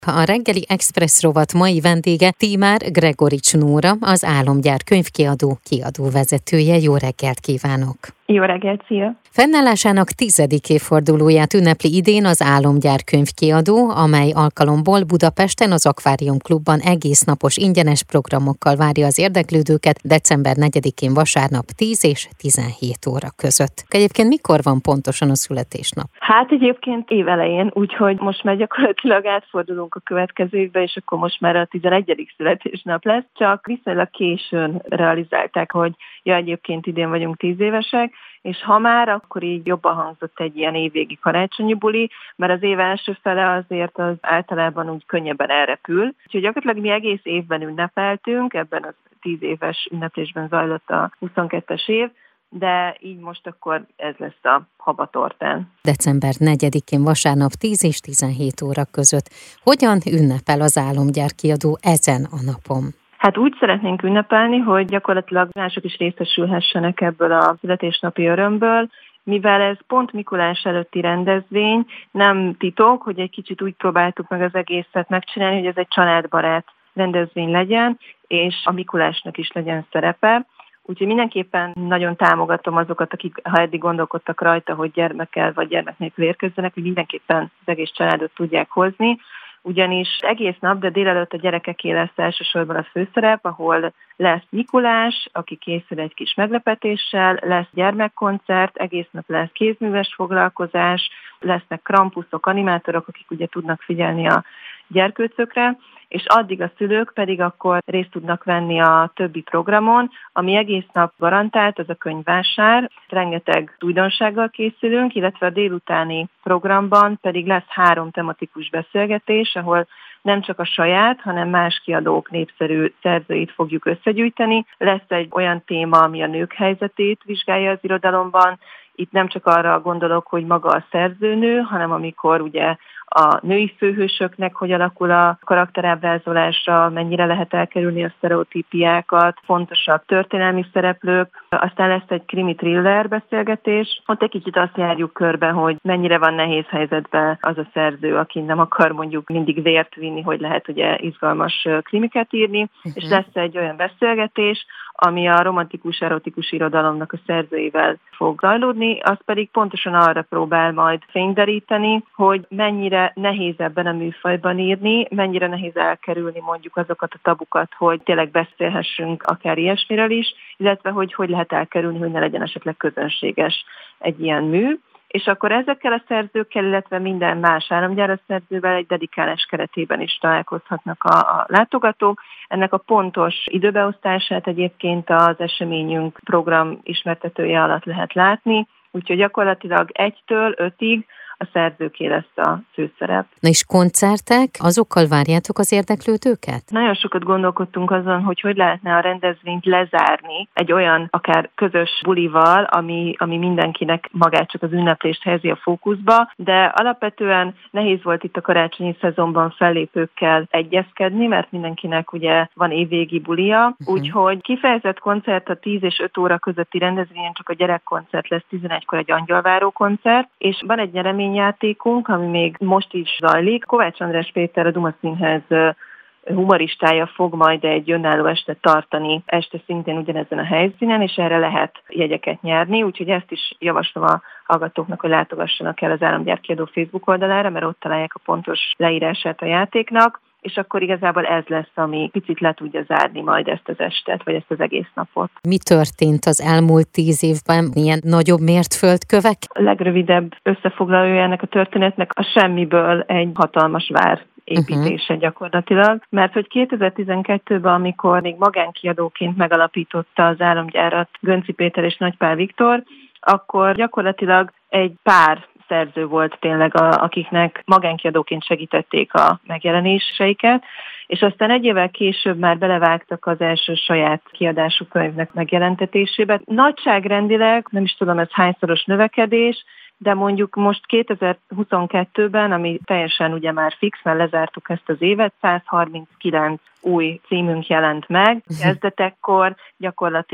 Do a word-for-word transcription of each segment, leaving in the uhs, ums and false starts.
A reggeli Express rovat mai vendége Tímár Gregorics Nóra, az Álomgyár könyvkiadó kiadóvezetője. Jó reggelt kívánok! Jó reggelt, szia! Fennállásának tizedik évfordulóját ünnepli idén az Álomgyár könyvkiadó, amely alkalomból Budapesten az Akvárium Klubban egész napos ingyenes programokkal várja az érdeklődőket december negyedikén vasárnap tíz és tizenhét óra között. Egyébként mikor van pontosan a születésnap? Hát egyébként évelején, úgyhogy most már gyakorlatilag átfordulunk a következő évbe, és akkor most már a tizenegyedik születésnap lesz, csak viszonylag későn realizálták, hogy ja, egyébként idén vagyunk tíz évesek, és ha már, akkor így jobban hangzott egy ilyen évvégi karácsonyi buli, mert az év első fele azért az általában úgy könnyebben elrepül. Úgyhogy gyakorlatilag mi egész évben ünnepeltünk, ebben a tíz éves ünneplésben zajlott a huszonkettes év, de így most akkor ez lesz a habatortán. december negyedikén vasárnap tíz és tizenhét óra között. Hogyan ünnepel az Álomgyár kiadó ezen a napon? Hát úgy szeretnénk ünnepelni, hogy gyakorlatilag mások is részesülhessenek ebből a születésnapi örömből, mivel ez pont Mikulás előtti rendezvény, nem titok, hogy egy kicsit úgy próbáltuk meg az egészet megcsinálni, hogy ez egy családbarát rendezvény legyen, és a Mikulásnak is legyen szerepe. Úgyhogy mindenképpen nagyon támogatom azokat, akik ha eddig gondolkodtak rajta, hogy gyermekkel vagy gyermek nélkül érkezzenek, hogy mindenképpen az egész családot tudják hozni, ugyanis egész nap, de délelőtt a gyerekeké lesz elsősorban a főszerep, ahol lesz Mikulás, aki készül egy kis meglepetéssel, lesz gyermekkoncert, egész nap lesz kézműves foglalkozás, lesznek krampuszok, animátorok, akik ugye tudnak figyelni a gyerkőcökre, és addig a szülők pedig akkor részt tudnak venni a többi programon, ami egész nap garantált, az a könyvvásár. Rengeteg újdonsággal készülünk, illetve a délutáni programban pedig lesz három tematikus beszélgetés, ahol nem csak a saját, hanem más kiadók népszerű szerzőit fogjuk összegyűjteni. Lesz egy olyan téma, ami a nők helyzetét vizsgálja az irodalomban. Itt nem csak arra gondolok, hogy maga a szerzőnő, hanem amikor ugye a női főhősöknek hogy alakul a karakterábrázolásra, mennyire lehet elkerülni a sztereotípiákat, fontosabb történelmi szereplők. Aztán lesz egy krimi-thriller beszélgetés. Ott egy kicsit azt járjuk körbe, hogy mennyire van nehéz helyzetben az a szerző, aki nem akar mondjuk mindig vért vinni, hogy lehet ugye izgalmas krimiket írni. Uh-huh. És lesz egy olyan beszélgetés, ami a romantikus, erotikus irodalomnak a szerzőivel fog zajlódni, az pedig pontosan arra próbál majd fényderíteni, hogy mennyire nehéz ebben a műfajban írni, mennyire nehéz elkerülni mondjuk azokat a tabukat, hogy tényleg beszélhessünk akár ilyesmiről is, illetve hogy hogy lehet elkerülni, hogy ne legyen esetleg közönséges egy ilyen mű. És akkor ezekkel a szerzőkkel, illetve minden más álomgyáros szerzővel egy dedikálás keretében is találkozhatnak a, a látogatók. Ennek a pontos időbeosztását egyébként az eseményünk program ismertetője alatt lehet látni, úgyhogy gyakorlatilag egytől ötig a szerzőké lesz a főszerep. Na és koncertek, azokkal várjátok az érdeklődőket? Nagyon sokat gondolkodtunk azon, hogy hogy lehetne a rendezvényt lezárni egy olyan akár közös bulival, ami, ami mindenkinek magát csak az ünneplést helyezi a fókuszba, de alapvetően nehéz volt itt a karácsonyi szezonban fellépőkkel egyezkedni, mert mindenkinek ugye van évvégi bulia, uh-huh. Úgyhogy kifejezett koncert a tíz és öt óra közötti rendezvényen csak a gyerekkoncert lesz, tizenegykor egy angyalváró koncert, és van egy nyeremény játékunk, ami még most is zajlik. Kovács András Péter, a Duma Színház humoristája fog majd egy önálló estet tartani, este szintén ugyanezen a helyszínen, és erre lehet jegyeket nyerni, úgyhogy ezt is javaslom a hallgatóknak, hogy látogassanak el az Álomgyár kiadó Facebook oldalára, mert ott találják a pontos leírását a játéknak, és akkor igazából ez lesz, ami picit le tudja zárni majd ezt az estet, vagy ezt az egész napot. Mi történt az elmúlt tíz évben? Milyen nagyobb mértföldkövek? A legrövidebb összefoglalója ennek a történetnek a semmiből egy hatalmas vár építése uh-huh. gyakorlatilag, mert hogy kétezer-tizenkettőben, amikor még magánkiadóként megalapította az Álomgyárat Gönczy Péter és Nagy Pál Viktor, akkor gyakorlatilag egy pár szerző volt tényleg, a, akiknek magánkiadóként segítették a megjelenéseiket, és aztán egy évvel később már belevágtak az első saját kiadású könyvnek megjelentetésébe. Nagyságrendileg, nem is tudom, ez hányszoros növekedés, de mondjuk most kétezer-huszonkettőben, ami teljesen ugye már fix, mert lezártuk ezt az évet, százharminckilenc új címünk jelent meg. Kezdetekkor gyakorlatilag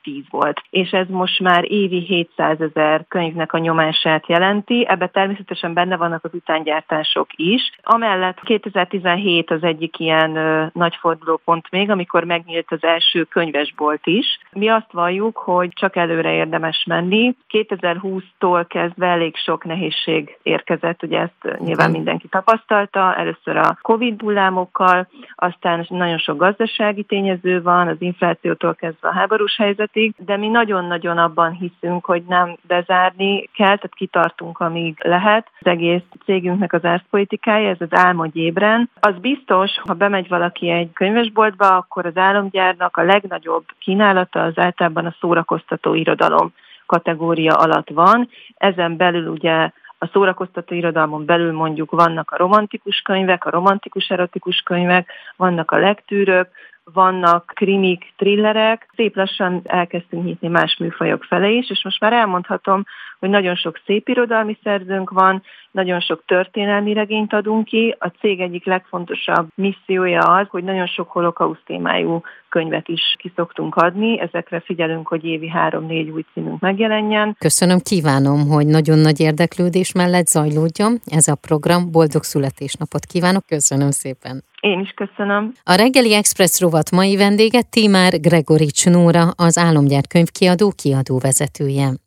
tíz volt. És ez most már évi hétszázezer könyvnek a nyomását jelenti, ebbe természetesen benne vannak az utángyártások is. Amellett kétezer-tizenhét az egyik ilyen ö, nagy fordulópont még, amikor megnyílt az első könyvesbolt is. Mi azt valljuk, hogy csak előre érdemes menni. kétezer-húsztól kezdve elég sok nehézség érkezett, ugye ezt nyilván mindenki tapasztalta, először a Covid hullámokkal, aztán nagyon sok gazdasági tényező van, az inflációtól kezdve a háborús helyzetig, de mi nagyon-nagyon abban hiszünk, hogy nem bezárni kell, tehát kitartunk, amíg lehet. Az egész cégünknek az árszpolitikája, ez az álmodj ébren. Az biztos, ha bemegy valaki egy könyvesboltba, akkor az álomgyárnak a legnagyobb kínálata az általában a szórakoztató irodalom kategória alatt van. Ezen belül ugye a szórakoztató irodalmon belül mondjuk vannak a romantikus könyvek, a romantikus erotikus könyvek, vannak a lektűrök, vannak krimik, thrillerek. Szép lassan elkezdtünk nyitni más műfajok felé is, és most már elmondhatom, hogy nagyon sok szépirodalmi szerzőnk van, nagyon sok történelmi regényt adunk ki. A cég egyik legfontosabb missziója az, hogy nagyon sok holokauszt témájú könyvet is ki szoktunk adni. Ezekre figyelünk, hogy évi három-négy új címünk megjelenjen. Köszönöm, kívánom, hogy nagyon nagy érdeklődés mellett zajlódjon ez a program. Boldog születésnapot kívánok, köszönöm szépen. Én is köszönöm. A Reggeli Express rovat mai vendége Timár Gregorics Nóra, az Álomgyár könyvkiadó kiadóvezetője.